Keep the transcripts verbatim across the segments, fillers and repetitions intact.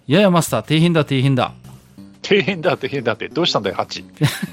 いやいやマスター、底辺だ底辺だ。 底辺だ底辺だってどうしたんだよハチ。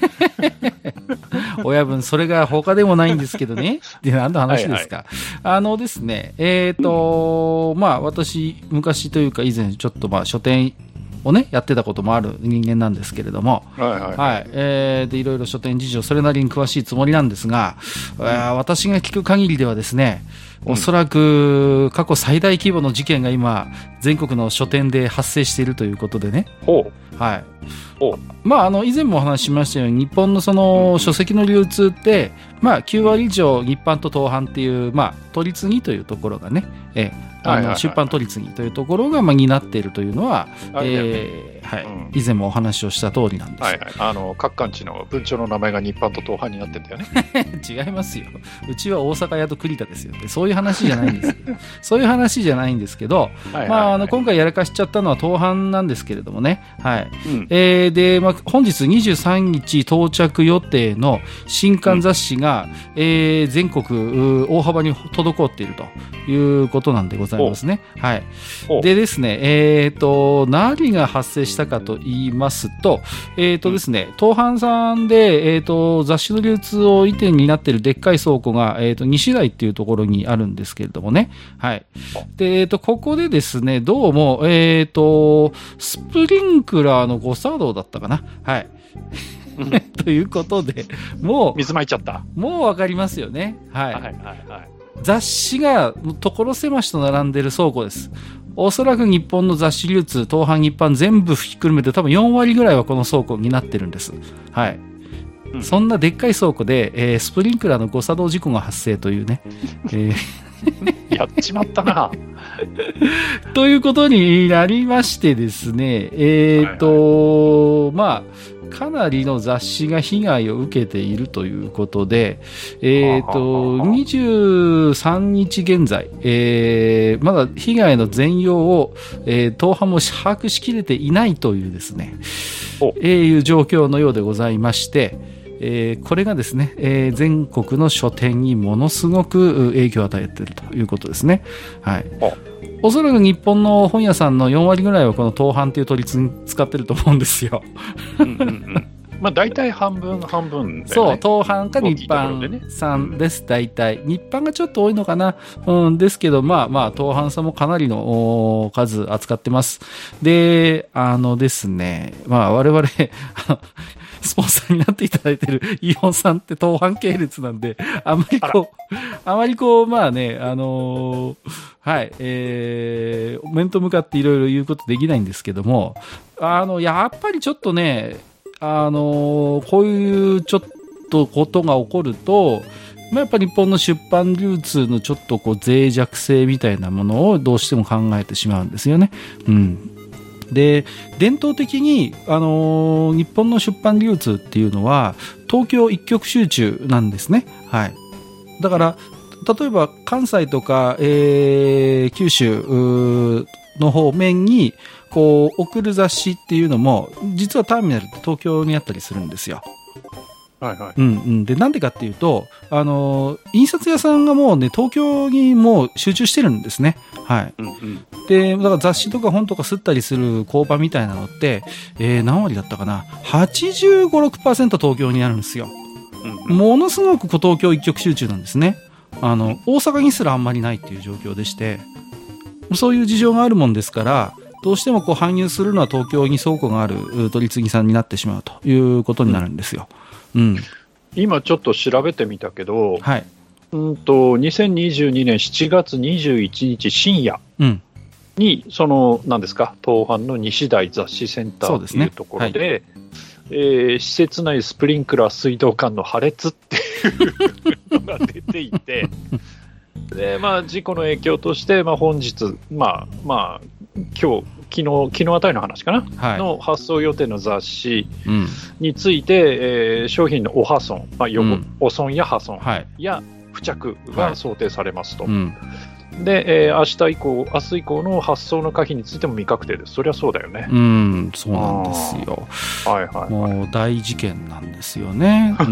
親分、それが他でもないんですけどね。で、何の話ですか。はいはい、あのですね、えっ、ー、と、うん、まあ私、昔というか以前ちょっとまあ書店をね、やってたこともある人間なんですけれども、はいはいはい。はい、えー、で、いろいろ書店事情、それなりに詳しいつもりなんですが、うん、私が聞く限りではですね、おそらく過去最大規模の事件が今全国の書店で発生しているということでね。 ほう。 はい。まあ、あの以前もお話ししましたように日本のその書籍の流通って、まあ、きゅうわり以上日版と当版っていう、まあ、取り次ぎというところがね、えあの出版取り次ぎというところがまあ担っているというのは、えーはいうん、以前もお話をした通りなんです、 はいはい、あの各館地の文鳥の名前が日版と当版になってんだよね。 違いますよ。うちは大阪屋と栗田ですよ。でそういう話じゃないんですそういう話じゃないんですけど、まあ、あの今回やらかしちゃったのは当版なんですけれどもね、はいうんえーでまあ、本日にじゅうさんにち到着予定の新刊雑誌が、うんえー、全国大幅に滞っているということなんでございますね。はい、でですね、えーと、何が発生したかと言いますと、えーとですね、当版さんで、えーと、雑誌の流通を移転になっているでっかい倉庫が、えーと、西台っていうところにあるんですけれどもね。はい。で、えーと、ここでですね、どうも、えーと、スプリンクラーの誤作動だったかな。はい。ということで、もう、 水まいちゃった。 もうわかりますよね。はい。はいはいはい。雑誌が所狭しと並んでる倉庫です。おそらく日本の雑誌流通、当版日版全部ひっくるめて多分よんわりぐらいはこの倉庫になってるんです。はい。うん、そんなでっかい倉庫で、えー、スプリンクラーの誤作動事故が発生というね。えー、やっちまったな。 ということになりましてですね、えっ、ー、と、はいはい、まあ、かなりの雑誌が被害を受けているということで、えっ、ー、と、にじゅうさんにち現在、えー、まだ被害の全容を、えー、当版も把握しきれていないというですね、えー、いう状況のようでございまして、えー、これがですね、えー、全国の書店にものすごく影響を与えているということですね。はい。おそらく日本の本屋さんのよんわりぐらいはこの当版という取り次ぎ使ってると思うんですよ。 うんうんうんまあ大体半分半分だよね。 そう、当版か日版さんです、大体。日版がちょっと多いのかな。うん、ですけど、まあまあ、当版さんもかなりの数扱ってます。で、あのですね、まあ我々、スポンサーになっていただいているイオンさんって当版系列なんで、あまりこう、あまりこう、まあね、あのー、はい、えー、面と向かっていろいろ言うことできないんですけども、あの、やっぱりちょっとね、あのー、こういうちょっとことが起こると、まあ、やっぱり日本の出版流通のちょっとこう脆弱性みたいなものをどうしても考えてしまうんですよね。うん。で、伝統的に、あのー、日本の出版流通っていうのは東京一極集中なんですね。はい。だから例えば関西とか、えー、九州の方面にこう送る雑誌っていうのも実はターミナルって東京にあったりするんですよ。 はいはい。 うんうん。で、なんでかっていうと、あの、印刷屋さんがもうね、東京にもう集中してるんですね。はい。うんうん、で、だから雑誌とか本とか吸ったりする工場みたいなのって、えー、何割だったかな ?はちじゅうご、ろくパーセント 東京にあるんですよ。うんうん、ものすごく東京一極集中なんですね。あの、大阪にすらあんまりないっていう状況でして、そういう事情があるもんですから、どうしてもこう搬入するのは東京に倉庫がある取り次ぎさんになってしまうということになるんですよ。うん、 今ちょっと調べてみたけど、 はい、 うんとにせんにじゅうにねんしちがつにじゅういちにち深夜に、うん、その何ですか当版の西台雑誌センターというところで、ねはいえー、施設内スプリンクラー水道管の破裂っていうのが出ていてで、まあ、事故の影響として、まあ、本日、まあまあ、今日昨日、昨日あたりの話かな、はい、の発送予定の雑誌について、うんえー、商品のお破損、まあ、うん、お損や破損や付着が想定されますと、はいうん、 で、えー、明日以降、明日以降の発送の可否についても未確定です。そりゃそうだよね。 うん、そうなんですよ。 はいはい、はい、 もう大事件なんですよね。うん、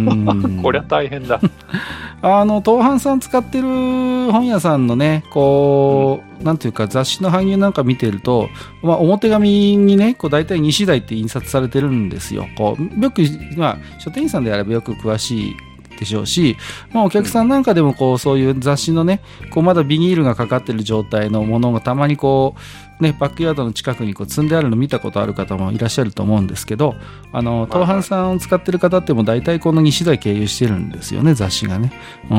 こりゃ大変だ。 あの東販さん使ってる本屋さんのね、こう、うん、なんていうか雑誌の版入なんか見てると、まあ、表紙にね、こう大体西台って印刷されてるんですよ。こうよく、まあ、書店員さんであればよく詳しいでしょうし、まあ、お客さんなんかでもこうそういう雑誌のね、こうまだビニールがかかってる状態のものがたまにこうね、バックヤードの近くにこう積んであるの見たことある方もいらっしゃると思うんですけど、あの東販さんを使ってる方っても大体この西台経由してるんですよね、雑誌がね。うん。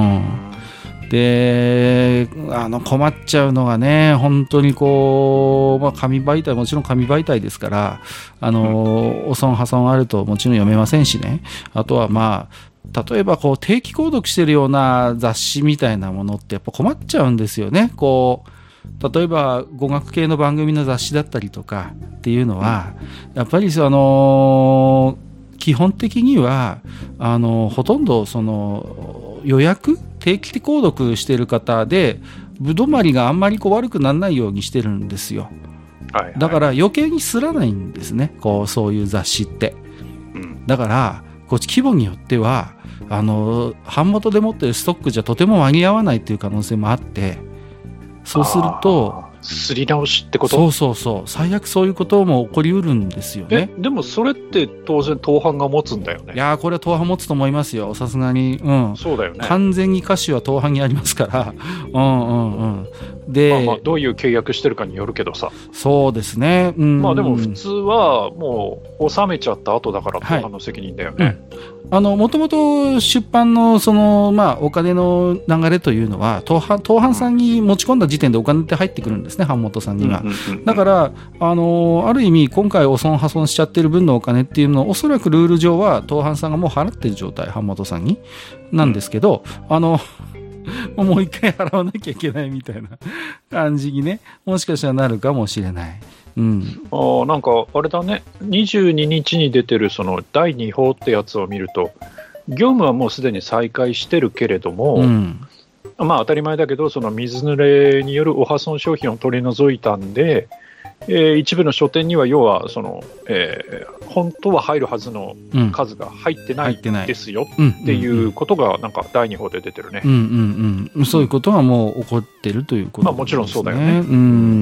で、あの困っちゃうのがね、本当にこう、まあ、紙媒体、もちろん紙媒体ですから、あの、お損破損あるともちろん読めませんしね。あとはまあ、例えばこう定期購読してるような雑誌みたいなものってやっぱ困っちゃうんですよね。こう例えば語学系の番組の雑誌だったりとかっていうのはやっぱりその基本的にはあのほとんどその予約定期購読してる方でぶどまりがあんまりこう悪くならないようにしてるんですよ。はいはい、だから余計にすらないんですね、こうそういう雑誌って。うん、だからこう規模によってはあの版元で持ってるストックじゃとても間に合わないという可能性もあって、そうするとすり直しってこと？ そうそうそう、最悪そういうことも起こりうるんですよね。 えでもそれって当然当版が持つんだよね。 いやーこれは当版持つと思いますよ、さすがに。うん、 そうだよね。 完全に歌詞は当版にありますからうんうんうんで、 まあまあどういう契約してるかによるけどさ。 そうですね、うん、 まあでも普通はもう納めちゃった後だから当版の責任だよね。はい、うんあの、もともと出版のその、まあ、お金の流れというのは、当版、当版さんに持ち込んだ時点でお金って入ってくるんですね、版元さんには。だから、あの、ある意味、今回お損破損しちゃってる分のお金っていうのを、おそらくルール上は、当版さんがもう払ってる状態、版元さんに。なんですけど、あの、もう一回払わなきゃいけないみたいな感じにね、もしかしたらなるかもしれない。うん、 あなんかあれだね、にじゅうににちに出てるそのだいに報ってやつを見ると、業務はもうすでに再開してるけれども、うん、まあ当たり前だけど、その水濡れによるお破損商品を取り除いたんで、えー、一部の書店には要はその、えー、本当は入るはずの数が入ってないですよっていうことがなんかだいに報で出てるね。 うんうんうん、そういうことがもう起こってるということですね。まあもちろんそうだよね。 うん、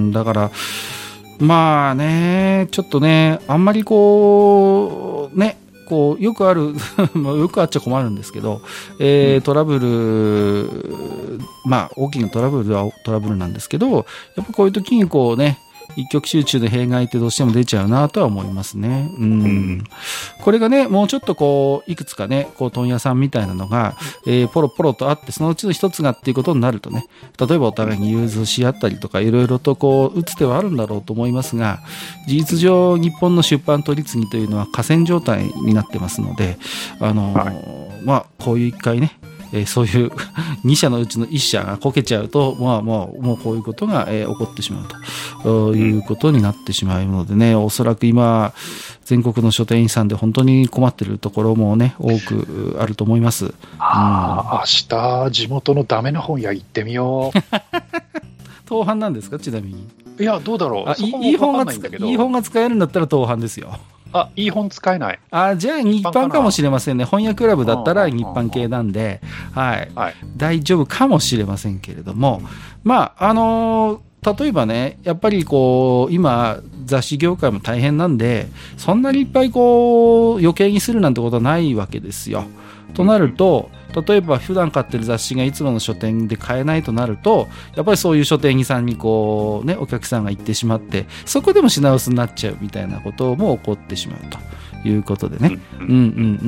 だからまあね、ちょっとね、あんまりこう、ね、こう、よくある、よくあっちゃ困るんですけど、えー、トラブル、まあ、大きなトラブルはトラブルなんですけど、やっぱこういう時にこうね、一極集中の弊害ってどうしても出ちゃうなとは思いますね。うん。うん、これがね、もうちょっとこう、いくつかね、こう、問屋さんみたいなのが、えー、ポロポロとあって、そのうちの一つがっていうことになるとね、例えばお互いに融通し合ったりとか、いろいろとこう、打つ手はあるんだろうと思いますが、事実上、日本の出版取り次ぎというのは河川状態になってますので、あのーはい、まあ、こういう一回ね、えー、そういうに社のうちのいっ社がこけちゃうと、まあまあ、もうこういうことが、えー、起こってしまうということになってしまうのでね、おそらく今、全国の書店員さんで本当に困っているところもね、多くあると思います。 ああ、うん、明日、地元のダメな本屋行ってみよう。 当版なんですか、ちなみに。 いや、どうだろう。 あ、いい本が使いい本が使えるんだったら当版ですよ。 あ、いい本使えない。 あ、じゃあ日版かもしれませんね。本屋クラブだったら日版系なんで、はい、はい、大丈夫かもしれませんけれども、まあ、あのー、例えばね、やっぱりこう、今、雑誌業界も大変なんで、そんなにいっぱいこう、余計にするなんてことはないわけですよ。となると、例えば普段買ってる雑誌がいつもの書店で買えないとなると、やっぱりそういう書店員さんにこうね、お客さんが行ってしまって、そこでも品薄になっちゃうみたいなことも起こってしまうということでね。うんうんうん。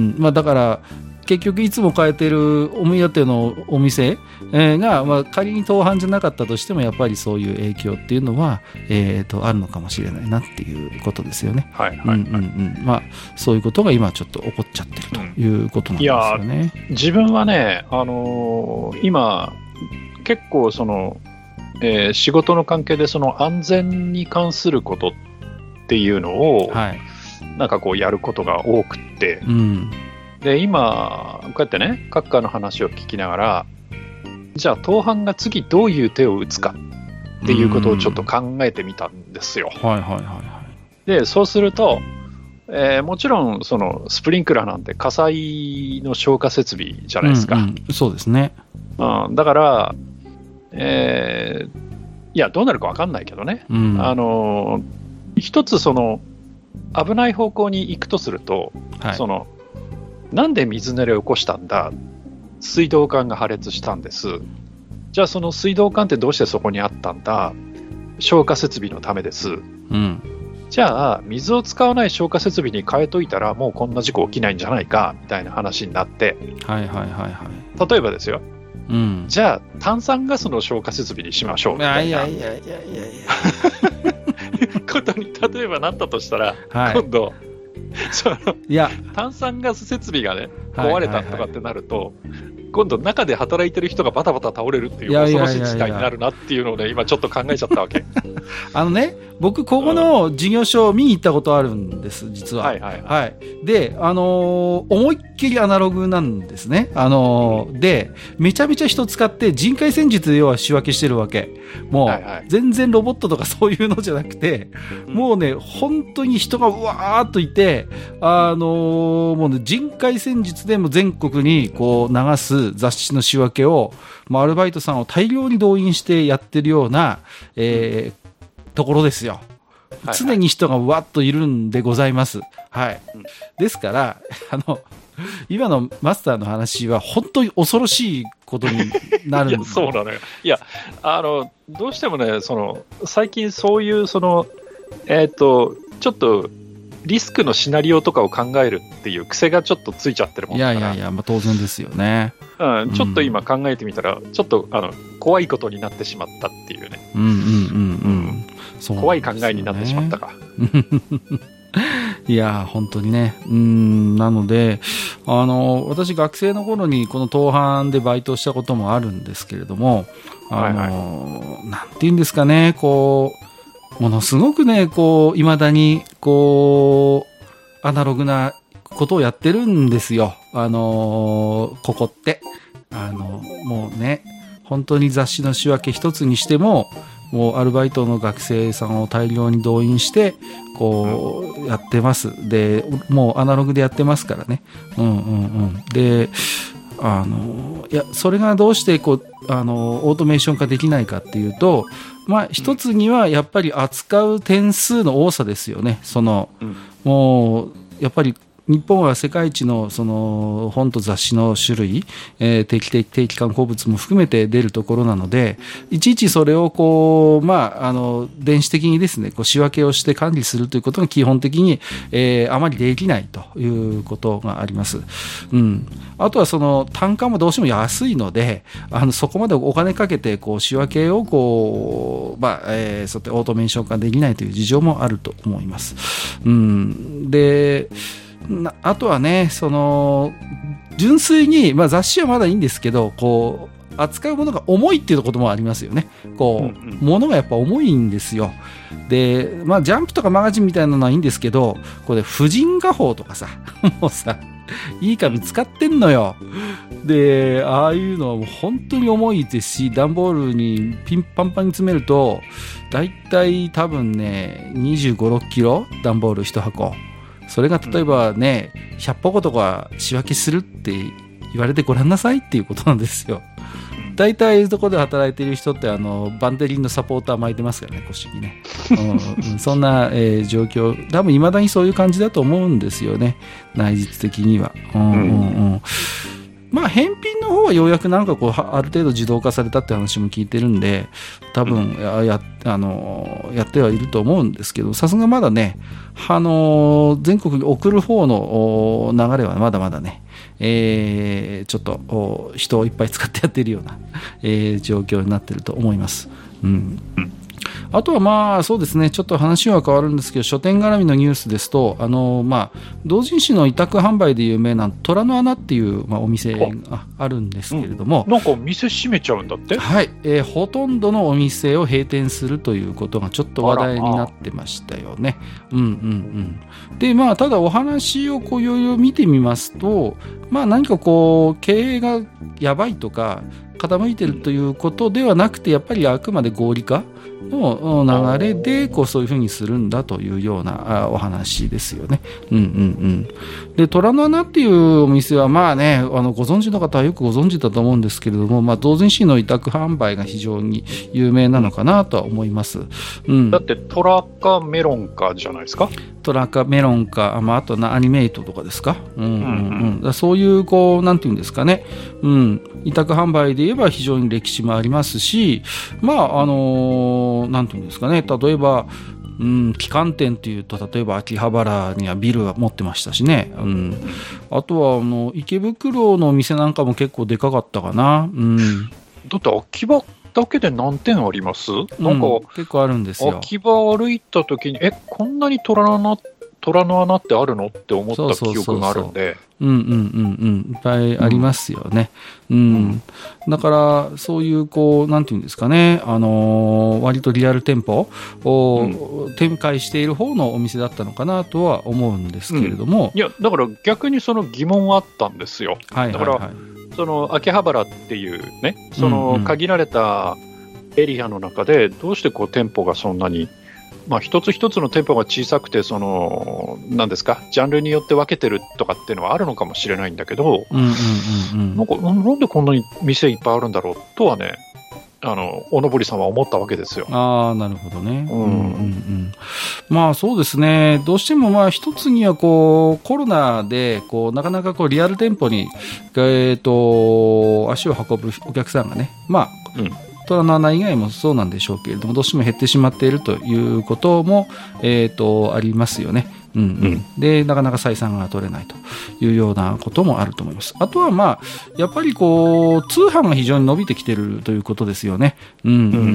まあだから、結局いつも買えてるお目当てのお店が、まあ、仮に当版じゃなかったとしてもやっぱりそういう影響っていうのは、えー、とあるのかもしれないなっていうことですよね。はいはいはい。うんうんうん、まあそういうことが今ちょっと起こっちゃってるということなんですよね。 うん、いや自分はね、あのー、今結構その、えー、仕事の関係でその安全に関することっていうのを、はい、なんかこうやることが多くって。うんで今こうやってね各家の話を聞きながらじゃあ東販が次どういう手を打つかっていうことをちょっと考えてみたんですよ。 はいはいはいはい。 でそうすると、えー、もちろんそのスプリンクラーなんて火災の消火設備じゃないですか。 うんうん、そうですね。 うん、だから、えー、いやどうなるか分かんないけどね、うん、あの一つその危ない方向に行くとすると、はい、そのなんで水濡れを起こしたんだ、水道管が破裂したんです、じゃあその水道管ってどうしてそこにあったんだ、消火設備のためです、うん、じゃあ水を使わない消火設備に変えといたらもうこんな事故起きないんじゃないかみたいな話になって、 はいはいはいはい、 例えばですよ、うん、じゃあ炭酸ガスの消火設備にしましょうみたいな、いやいやいやいやいやことに例えばなったとしたら、はい、今度そのいや炭酸ガス設備がね壊れたとかってなると、はいはいはい、今度中で働いてる人がバタバタ倒れるっていう恐ろしい事態になるなっていうのをね今ちょっと考えちゃったわけあのね、僕ここの事業所を見に行ったことあるんです実は、はいはいはいはい、で、あのー、思いっきりアナログなんですね、あのー、でめちゃめちゃ人使って人海戦術で要は仕分けしてるわけ、もう、はいはい、全然ロボットとかそういうのじゃなくて、うん、もうね本当に人がうわーっといて、あのー、もうね人海戦術でも全国にこう流す雑誌の仕分けを、まあ、アルバイトさんを大量に動員してやってるような、えーところですよ、はいはい、常に人がわっといるんでございます、はい、うん、ですからあの今のマスターの話は本当に恐ろしいことになるんですいやそうなのよ、いやあのどうしてもねその最近そういうそのえっとちょっとリスクのシナリオとかを考えるっていう癖がちょっとついちゃってるもんだから、 いやいやいや、まあ、当然ですよね、 うん、ちょっと今考えてみたら、うん、ちょっとあの怖いことになってしまったっていうね、 うんうんうんうん、 そう怖い考えになってしまったかいや本当にね、うーん、なのであの私学生の頃にこの東販でバイトしたこともあるんですけれども、あの、はいはい、なんていうんですかね、こうものすごくねこう未だにこうアナログなことをやってるんですよ、あのここってあのもうね本当に雑誌の仕分け一つにしてももうアルバイトの学生さんを大量に動員してこうやってます。でもうアナログでやってますからね、うんうんうん、であのいやそれがどうしてこうあのオートメーション化できないかっていうと、まあ一つにはやっぱり扱う点数の多さですよね。その、うん、もうやっぱり日本は世界一のその本と雑誌の種類、えー、定期的定期刊行物も含めて出るところなので、いちいちそれをこうまああの電子的にですねこう仕分けをして管理するということが基本的に、えー、あまりできないということがあります。うん。あとはその単価もどうしても安いので、あのそこまでお金かけてこう仕分けをこうまあ、えー、そうやってオートメーション化できないという事情もあると思います。うん。で。あとはね、その純粋に、まあ、雑誌はまだいいんですけど、こう扱うものが重いっていうこともありますよね。こう、うんうん、ものがやっぱ重いんですよ。で、まあ、ジャンプとかマガジンみたいなのはいいんですけど、これ婦人画報とかさ、もうさ、いい紙使ってんのよ。で、ああいうのはもう本当に重いですし、段ボールにピンパンパンに詰めると、だいたい多分ね、にじゅうご、ろっキロ段ボールいち箱。それが例えばね、ひゃっぽことか仕分けするって言われてごらんなさいっていうことなんですよ。大体ところで働いている人ってあのバンテリンのサポーター巻いてますからね、腰にね、うん、そんな、えー、状況、多分未だにそういう感じだと思うんですよね、内実的には。うんうんうん、まあ返品の方はようやくなんかこうある程度自動化されたって話も聞いてるんで、多分ややあのやってはいると思うんですけど、さすがまだね、あの全国に送る方の流れはまだまだね、えー、ちょっと人をいっぱい使ってやっているような、えー、状況になっていると思います。うん。あとはまあそうですね、ちょっと話は変わるんですけど、書店絡みのニュースですと、あのまあ同人誌の委託販売で有名な虎の穴っていう、まあ、お店があるんですけれども、 うん、なんか店閉めちゃうんだって。 はい、えー、ほとんどのお店を閉店するということがちょっと話題になってましたよね。うんうんうん。でまあただお話をこういろいろ見てみますと、まあ何かこう経営がやばいとか、 傾いてるということではなくて、やっぱりあくまで合理化の流れでこうそういうふうにするんだというようなお話ですよね。うんうんうん。で、虎の穴っていうお店はまあね、あのご存知の方はよくご存知だと思うんですけれども、まあ、同人誌の委託販売が非常に有名なのかなとは思います。うん、 だって虎かメロンかじゃないですか。 虎かメロンか、まあ、あとアニメイトとかですか。うんうんうんうん、そういうこうなんていうんですかね、うん、委託販売で言えば非常に歴史もありますし、まああのー、なんていうんですかね、例えばうん、旗艦店っていうと例えば秋葉原にはビルは持ってましたしね、うん、あとはあの池袋のお店なんかも結構でかかったかな、うん、 だって秋葉だけで何店あります？なんか、うん、 結構あるんですよ。 秋葉歩いた時にえこんなに虎の穴虎の穴ってあるのって思った記憶があるんで、 うんうんうんうん、いっぱいありますよね。うん、うん、だからそういうこうなんていうんですかね、あのー、割とリアル店舗を、うん、展開している方のお店だったのかなとは思うんですけれども、 うん、いやだから逆にその疑問はあったんですよ。 はいはいはい、 だからその秋葉原っていうね、その限られたエリアの中でどうしてこう店舗がそんなに、まあ、一つ一つの店舗が小さくてその何ですかジャンルによって分けてるとかっていうのはあるのかもしれないんだけど、 うんうんうんうん、 なんかなんでこんなに店いっぱいあるんだろうとはね、あのおのぼりさんは思ったわけですよ。 ああ、なるほどね。うんうんうん、まあそうですね。どうしてもまあ一つにはこうコロナでこうなかなかこうリアル店舗にえっと足を運ぶお客さんがね、まあ。うん虎の穴以外もそうなんでしょうけれども、どうしても減ってしまっているということも、えーと、ありますよね。うんうん、でなかなか採算が取れないというようなこともあると思います。あとはまあやっぱりこう通販が非常に伸びてきているということですよね。うんうんうん、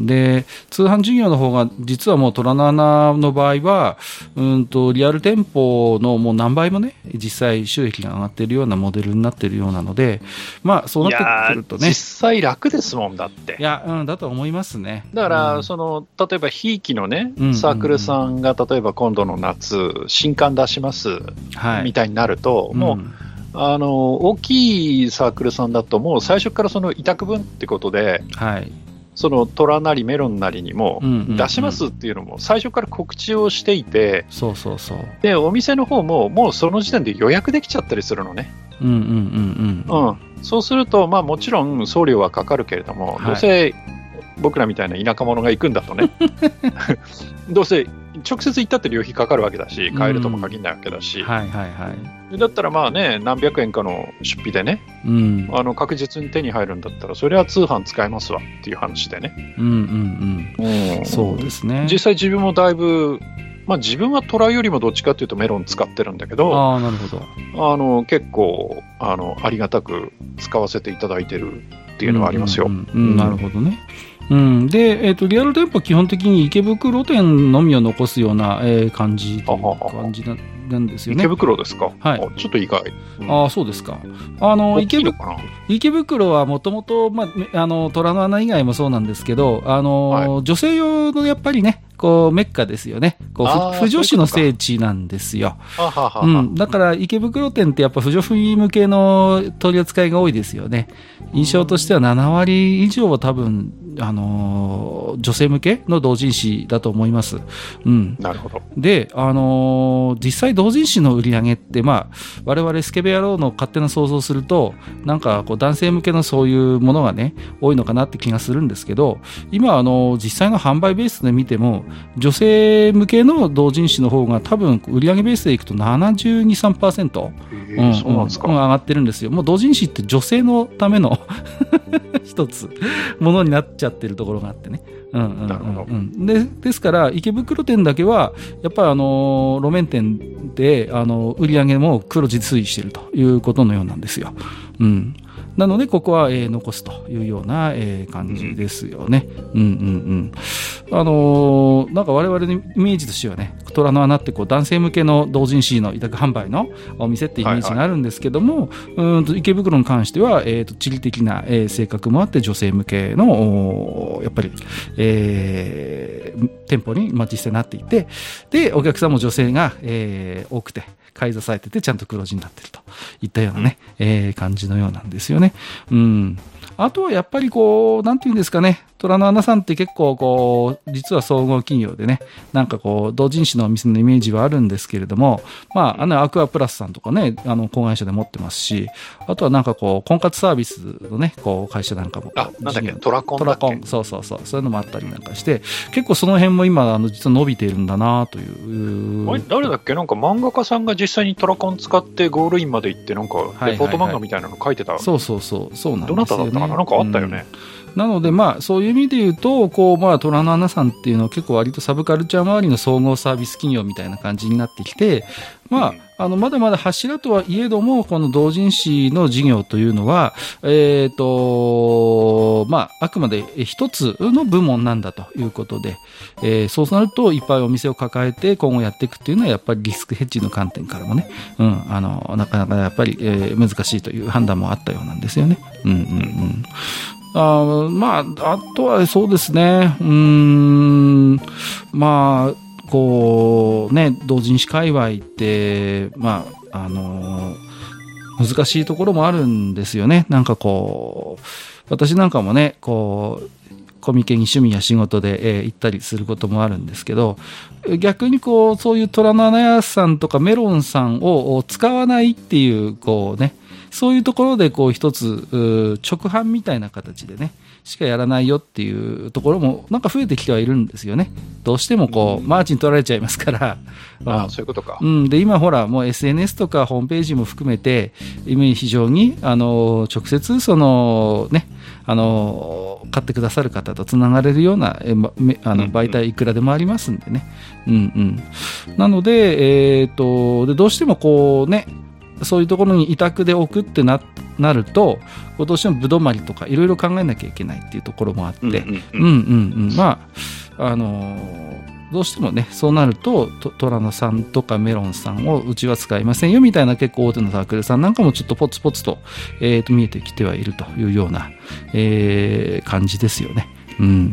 で通販事業の方が実はもう虎の穴の場合はうんとリアル店舗のもう何倍もね実際収益が上がっているようなモデルになっているようなので、まあそうなってくるとね、 実際楽ですもんだって。 いや、うん、だと思いますね。 だから、うん、その例えばひいきのねサークルさんが例えば今度の夏新刊出します、はい、みたいになると、もう、うん、あの大きいサークルさんだともう最初からその委託分ってことで、はい、その虎なりメロンなりにも出しますっていうのも最初から告知をしていて、 そうそうそう、 でお店の方ももうその時点で予約できちゃったりするのね。 うんうんうんうん、うん、 そうすると、まあ、もちろん送料はかかるけれども、はい、どうせ僕らみたいな田舎者が行くんだとねどうせ直接行ったって旅費かかるわけだし、買えるとも限らないわけだし、うん、はいはいはい、だったらまあね何百円かの出費でね、うん、あの確実に手に入るんだったらそれは通販使えますわっていう話でね。 うんうんうん、うん、そうですね。 実際自分もだいぶ、まあ、自分はトラよりもどっちかというとメロン使ってるんだけど、 あー、なるほど、 あの結構あのありがたく使わせていただいてるっていうのはありますよ。 うんうんうんうん、なるほどね。うん、で、えーと、リアル店舗は基本的に池袋店のみを残すような、えー、感じという感じななんですよね。 池袋ですか。 はい、 ちょっと意外。 うん、ああ、そうですか。あの池池袋はもともと虎の穴以外もそうなんですけど、あの、はい、女性用のやっぱりねこうメッカですよね。こう婦女子の聖地なんですよ。ははは、うん、だから池袋店ってやっぱ婦女子向けの取り扱いが多いですよね。印象としてはななわり以上は多分あのー、女性向けの同人誌だと思います。うん、 なるほど。 で、あのー、実際同人誌の売り上げって、まあ、我々スケベ野郎の勝手な想像するとなんかこう男性向けのそういうものがね多いのかなって気がするんですけど、今、あのー、実際の販売ベースで見ても女性向けの同人誌の方が多分売り上げベースでいくと ななじゅうに、さんパーセント、 えーうん、そうなんですか、 うん、上がってるんですよ。もう同人誌って女性のための一つものになっちゃってるところがあってね。うんうんうんうん、なるほど。で、ですから池袋店だけはやっぱりあの路面店であの売り上げも黒字推移しているということのようなんですよ。うん。なのでここは、えー、残すというような、えー、感じですよね。うんうんうん。あのー、なんか我々のイメージとしてはね、虎の穴ってこう男性向けの同人誌の委託販売のお店ってイメージがあるんですけども、はいはい、うんと池袋に関しては、えーと、地理的な、えー、性格もあって女性向けのやっぱり、えー、店舗に、まあ、実際なっていて、でお客さんも女性が、えー、多くて買い出されててちゃんと黒字になっているといったようなね、うん、えー、感じのようなんですよね。うん。 あとはやっぱりこう、なんていうんですかね、虎の穴さんって結構こう、実は総合企業でね、なんかこう、同人誌のお店のイメージはあるんですけれども、まあ、あの、アクアプラスさんとかね、あの、子会社で持ってますし、あとはなんかこう、婚活サービスのね、こう、会社なんかも。 あ、なんだっけ、トラコンだっけ。 トラコン、そうそうそう、そういうのもあったりなんかして、結構その辺も今、あの、実は伸びているんだなという。 あれ、誰だっけ、なんか漫画家さんが実際にトラコン使ってゴールインまで行って、なんか、レポート漫画みたいなの書いてた。 そうそうそう、そうなんですよね。 どなただったかな、なんかあったよね。 うん、なので、まあ、そういう意味で言うと、こう、まあ、虎の穴さんっていうのは結構割とサブカルチャー周りの総合サービス企業みたいな感じになってきて、まあ、うん、あの、まだまだ柱とはいえども、この同人誌の事業というのは、えっと、まあ、あくまで一つの部門なんだということで、えー、そうなると、いっぱいお店を抱えて今後やっていくっていうのは、やっぱりリスクヘッジの観点からもね、うん、あの、なかなかやっぱり、えー、難しいという判断もあったようなんですよね。うんうんうん。あまあ、あとはそうですね、うーん、まあ、こうね、同人誌界隈って、まあ、あのー、難しいところもあるんですよね。なんかこう、私なんかもね、こう、コミケに趣味や仕事で、えー、行ったりすることもあるんですけど、逆にこう、そういう虎の穴屋さんとかメロンさんを使わないっていう、こうね、そういうところでこう一つ直販みたいな形でねしかやらないよっていうところもなんか増えてきてはいるんですよね。どうしてもこうマーチに取られちゃいますから。 ああ、そういうことか。 うん、で今ほらもう エスエヌエス とかホームページも含めて今非常にあの直接そのねあの買ってくださる方とつながれるようなえ、ま、あの媒体いくらでもありますんでね。うんうん。なのでえっとでどうしてもこうね。そういうところに委託で置くってな、なると、どうしてもぶどまりとかいろいろ考えなきゃいけないっていうところもあって、うんうんうん。まあ、あのー、どうしてもね、そうなると、トラノさんとかメロンさんをうちは使いませんよみたいな結構大手のサークルさんなんかもちょっとポツポツと、えー、と見えてきてはいるというような、えー、感じですよね。うんうんうん。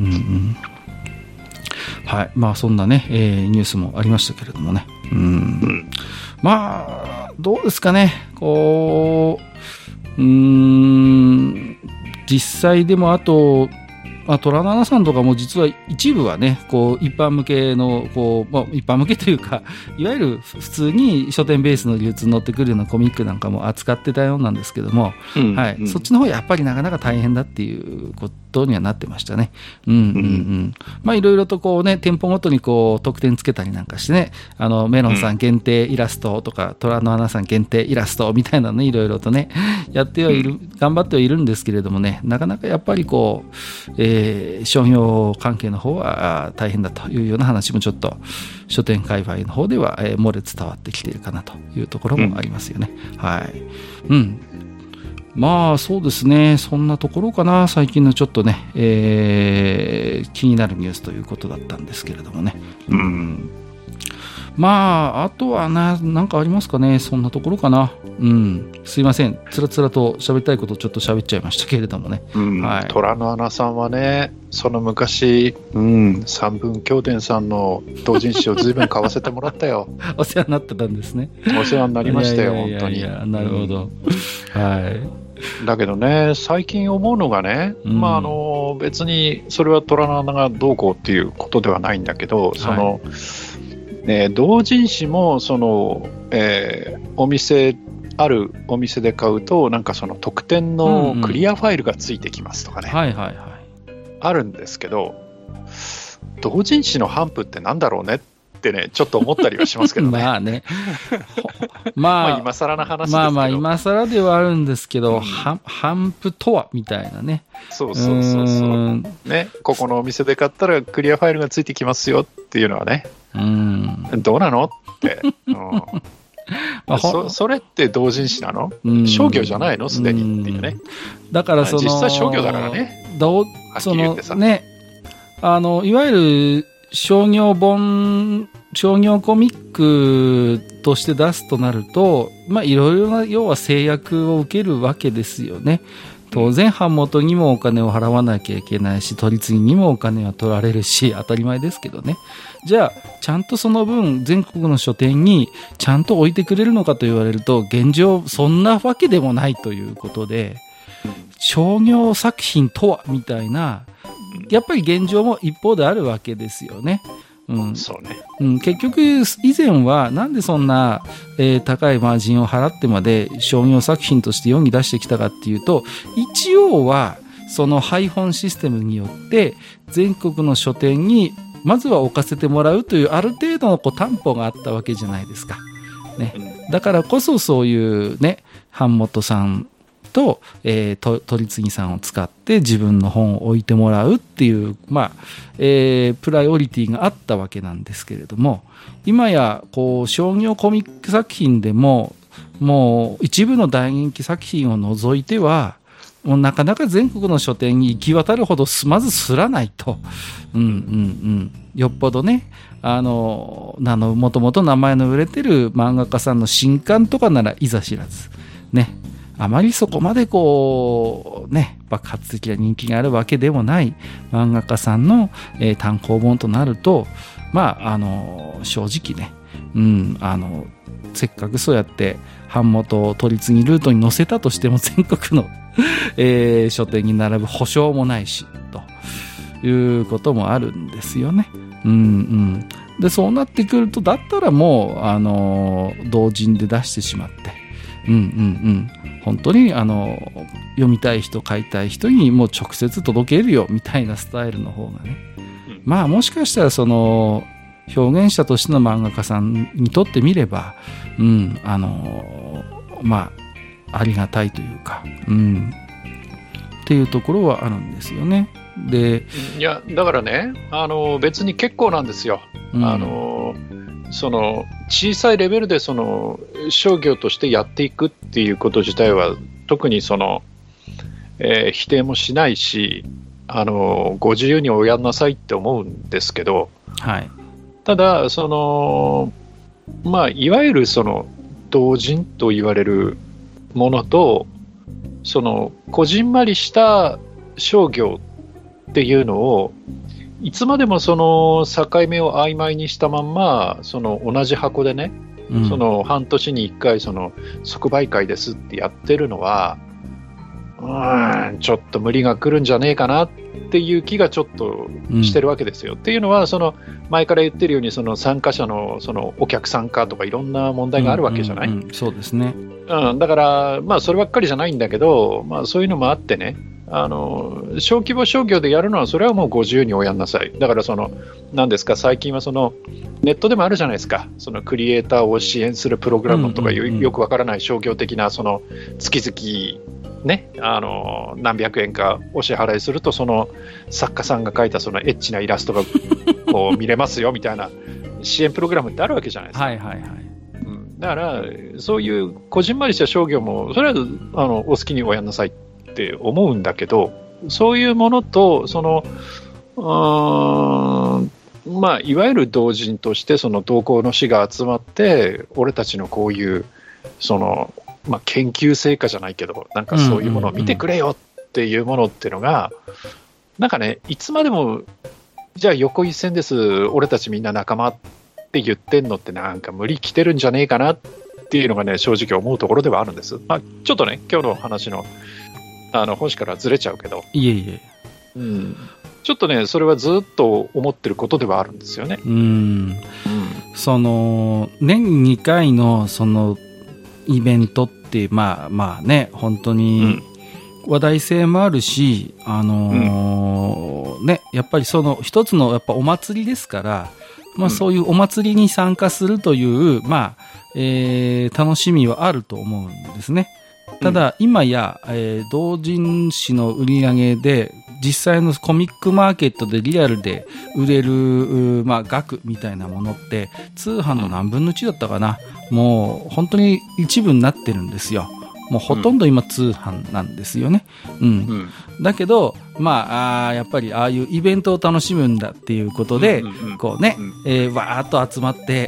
はい。まあ、そんなね、えー、ニュースもありましたけれどもね。うん。うんまあ、どうですかね。こう、うーん、実際でもあと、まあ、虎の穴さんとかも実は一部はね、こう、一般向けの、こう、まあ、一般向けというか、いわゆる普通に書店ベースの流通に乗ってくるようなコミックなんかも扱ってたようなんですけども、うんはい、うん、そっちの方やっぱりなかなか大変だっていうことにはなってましたね。うんうんうん。まあ、いろいろとこうね、店舗ごとにこう、特典つけたりなんかしてね、あの、メロンさん限定イラストとか、虎の穴さん限定イラストみたいなのね、いろいろとね、やってはいる、頑張ってはいるんですけれどもね、なかなかやっぱりこう、えーえー、商業関係の方は大変だというような話もちょっと書店界隈の方では、えー、漏れ伝わってきているかなというところもありますよね。うん、はい。うん。まあそうですね。そんなところかな。最近のちょっとね、えー、気になるニュースということだったんですけれどもね。うん。まあ、あとはな、なんかありますかね。そんなところかな。うん。すいません。つらつらと喋りたいことをちょっと喋っちゃいましたけれどもね。 うん。はい、虎の穴さんはね、その昔、うん、三文経典さんの同人誌を随分買わせてもらったよ。 お世話になってたんですね。 お世話になりましたよ、本当に。 いや、なるほど。うん、はい。 だけどね、最近思うのがね、うん、まあ、あの、別にそれは虎の穴がどうこうっていうことではないんだけど、その、はいね、同人誌もその、えー、お店あるお店で買うとなんかその特典のクリアファイルがついてきますとかね、 うんうん、はいはいはい、 あるんですけど同人誌の頒布ってなんだろうねってねちょっと思ったりはしますけどねまあねまあ、まあ今更な話ですけどまあまあ今更ではあるんですけど、うん、頒布とはみたいなねそうそうそうそうねここのお店で買ったらクリアファイルがついてきますよっていうのはねうんどうなのって、うんまあ、そ, それって同人誌なの、うん、商業じゃないのすでにっていうねだからその実際商業だからねどうそのねあのいわゆる商業本商業コミックとして出すとなるとまあいろいろな要は制約を受けるわけですよね当然版元にもお金を払わなきゃいけないし取り次ぎにもお金は取られるし当たり前ですけどねじゃあちゃんとその分全国の書店にちゃんと置いてくれるのかと言われると現状そんなわけでもないということで商業作品とはみたいな、やっぱり現状も一方であるわけですよね。うん、 そうね。 うん、結局以前はなんでそんな、えー、高いマージンを払ってまで商業作品として世に出してきたかっていうと、一応はその配本システムによって全国の書店にまずは置かせてもらうというある程度のこう担保があったわけじゃないですか、ね、だからこそそういうね版元さんと、えー、と取次さんを使って自分の本を置いてもらうっていう、まあえー、プライオリティがあったわけなんですけれども、今やこう商業コミック作品でももう一部の大人気作品を除いてはもうなかなか全国の書店に行き渡るほどまずすらないと、うんうんうん、よっぽどね、あのあのもともと名前の売れてる漫画家さんの新刊とかならいざ知らずね、あまりそこまでこうね爆発的な人気があるわけでもない漫画家さんの、えー、単行本となると、まああの正直ね、うん、あのせっかくそうやって版元を取り次ぎルートに載せたとしても全国のえー、書店に並ぶ保証もないしということもあるんですよね。うんうん、でそうなってくるとだったらもうあの同人で出してしまって、うんうんうん、本当にあの読みたい人買いたい人にもう直接届けるよみたいなスタイルの方がね、まあもしかしたらその表現者としての漫画家さんにとってみれば、うん、あのまあありがたいというか、うん、っていうところはあるんですよね。で、 いやだからね、あの別に結構なんですよ。うん、あのその小さいレベルでその商業としてやっていくっていうこと自体は特にその、えー、否定もしないし、あのご自由におやんなさいって思うんですけど、 はい、 ただそのまあいわゆるその同人と言われるものとそのこじんまりした商業っていうのをいつまでもその境目を曖昧にしたまんまその同じ箱でね、うん、その半年にいっかいその即売会ですってやってるのはうーんちょっと無理が来るんじゃねえかなっていう気がちょっとしてるわけですよ、うん、っていうのはその前から言ってるようにその参加者のそのお客さんかとかいろんな問題があるわけじゃない、 うんうんうん、そうですね、 うん、だからまあそればっかりじゃないんだけど、まあ、そういうのもあってね、あの小規模商業でやるのはそれはもうご自由におやんなさい。だからその何ですか、最近はそのネットでもあるじゃないですか、そのクリエイターを支援するプログラムとか よ,、うんうんうん、よくわからない商業的なその月々ね、あの何百円かお支払いするとその作家さんが描いたそのエッチなイラストがこう見れますよみたいな支援プログラムってあるわけじゃないですか。 はいはいはい、 うん、だからそういうこじんまりした商業もそれはあのお好きにおやんなさいって思うんだけど、そういうものとそのうーんまあいわゆる同人としてその同行の士が集まって俺たちのこういうそのまあ、研究成果じゃないけどなんかそういうものを見てくれよっていうものっていうのが、うんうんうん、なんかねいつまでもじゃあ横一線です俺たちみんな仲間って言ってんのってなんか無理きてるんじゃねえかなっていうのがね正直思うところではあるんです、まあ、ちょっとね今日の話のあの本誌からずれちゃうけどいえいえ、 うん、ちょっとねそれはずっと思ってることではあるんですよね。 うん、うん、その年ににかいのそのイベントってまあまあね本当に話題性もあるし、うん、あのー、ねやっぱりその一つのやっぱお祭りですから、まあそういうお祭りに参加するという、まあ、えー、楽しみはあると思うんですね。ただ今や、えー、同人誌の売り上げで実際のコミックマーケットでリアルで売れる、まあ、額みたいなものって通販の何分のいちだったかな、もう本当に一部になってるんですよ。もうほとんど今通販なんですよね、うんうん、だけど、まあ、あやっぱりああいうイベントを楽しむんだっていうことで、うんうんうん、こうね、えー、わーっと集まって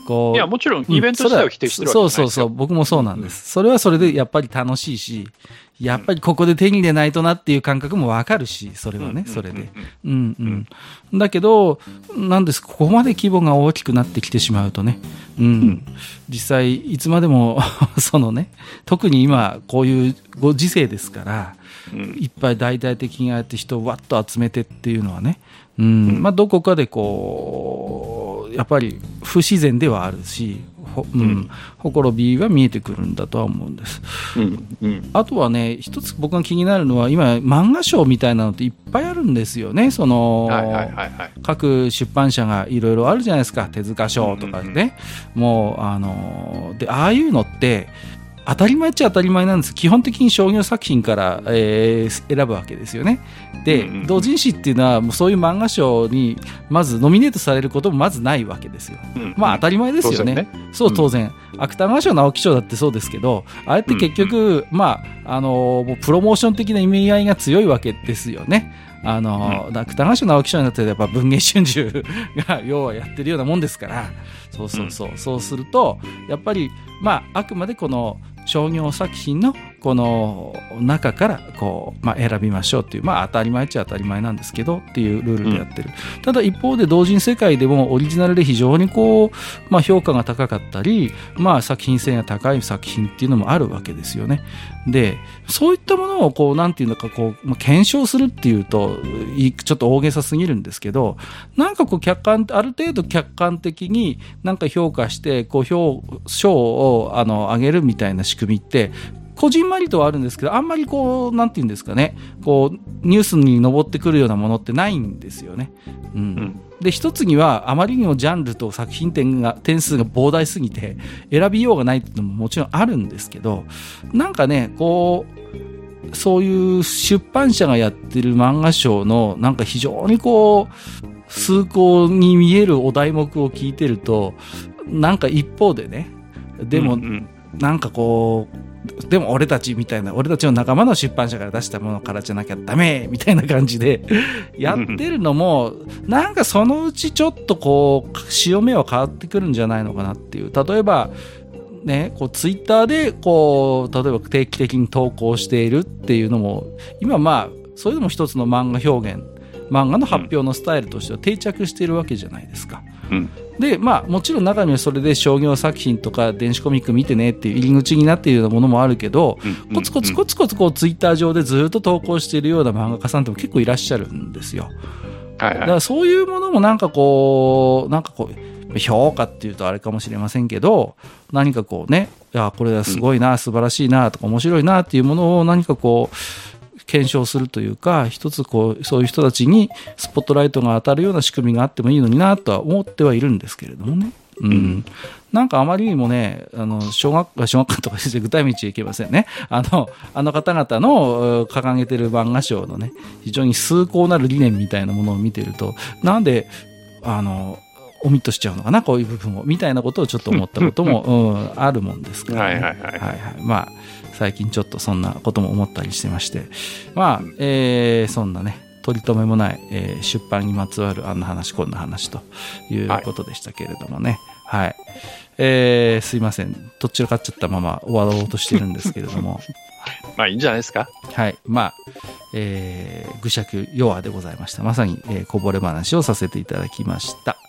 こう。 いや、もちろんイベント自体を否定してるわけじゃないですよ、 うん、そうそうそう、僕もそうなんです。それはそれでやっぱり楽しいし、やっぱりここで手に入れないとなっていう感覚もわかるし、それはね、それで。うんうん。だけど、なんです、ここまで規模が大きくなってきてしまうとね、うん。うん、実際、いつまでも、そのね、特に今、こういうご時世ですから、うん、いっぱい大々的にああやって人をわっと集めてっていうのはね、うん、うん、まあ、どこかでこう、やっぱり不自然ではあるし、ほ、うんうん、ほころびは見えてくるんだとは思うんです、うんうん、あとはね一つ僕が気になるのは今漫画賞みたいなのっていっぱいあるんですよね。その、はいはいはいはい、各出版社がいろいろあるじゃないですか。手塚賞とかね、うんうん、もうあのでああいうのって当たり前っちゃ当たり前なんです。基本的に商業作品から、えー、選ぶわけですよね。で、うんうん、同人誌っていうのはもうそういう漫画賞にまずノミネートされることもまずないわけですよ。うんうん、まあ当たり前ですよね。ねそう当然、うん、芥川賞直木賞だってそうですけど、あれって結局、うんうん、まああのもうプロモーション的な意味合いが強いわけですよね。あの、うん、芥川賞直木賞になってやっぱ文藝春秋が要はやってるようなもんですから、そうそうそう、うん、そうするとやっぱりまああくまでこの商業作品のこの中からこう、まあ、選びましょうっていう、まあ当たり前っちゃ当たり前なんですけどっていうルールでやってる、うん、ただ一方で同人世界でもオリジナルで非常にこう、まあ、評価が高かったり、まあ、作品性が高い作品っていうのもあるわけですよね。でそういったものをこうなんていうのかこう、まあ、検証するっていうとちょっと大げさすぎるんですけど、なんかこう客観ある程度客観的になんか評価してこう評賞をあの上げるみたいな仕組みってこじんまりとはあるんですけど、あんまりこうなんていうんですかね、こうニュースに上ってくるようなものってないんですよね。うん。うん、で一つにはあまりにもジャンルと作品点が点数が膨大すぎて選びようがないっていうのももちろんあるんですけど、なんかねこうそういう出版社がやってる漫画賞のなんか非常にこう崇高に見えるお題目を聞いてると、なんか一方でね、でも、うんうん、なんかこうでも俺たちみたいな、俺たちの仲間の出版社から出したものからじゃなきゃダメみたいな感じでやってるのもなんかそのうちちょっとこう潮目は変わってくるんじゃないのかなっていう。例えばね、こうツイッターでこう例えば定期的に投稿しているっていうのも今まあそれでも一つの漫画表現、漫画の発表のスタイルとしては定着しているわけじゃないですか。うん、でまあもちろん中にはそれで商業作品とか電子コミック見てねっていう入り口になっているようなものもあるけど、うんうんうん、コツコツコツコツこうツイッター上でずっと投稿しているような漫画家さんっても結構いらっしゃるんですよ。はいはい、だからそういうものもなんかこうなんかこう評価っていうとあれかもしれませんけど、何かこうね、いやこれはすごいな、うん、素晴らしいなとか面白いなっていうものを何かこう検証するというか、一つこうそういう人たちにスポットライトが当たるような仕組みがあってもいいのになとは思ってはいるんですけれどもね。うん、うん、なんかあまりにもね、あの小学小学館とか具体道へ行けませんね。あのあの方々の掲げてる漫画賞のね、非常に崇高なる理念みたいなものを見てると、なんであのオミットしちゃうのかな、こういう部分をみたいなことをちょっと思ったことも、うん、あるもんですからね。はいはいはい、はいはい、まあ最近ちょっとそんなことも思ったりしてまして、まあ、えー、そんなね取り留めもない、えー、出版にまつわるあんな話こんな話ということでしたけれどもね。はい、はい、えー、すいません、どっちらかっちゃったまま終わろうとしてるんですけれどもまあいいんじゃないですか。 はい、まあ、えー、愚者級弱でございました。まさに、えー、こぼれ話をさせていただきました。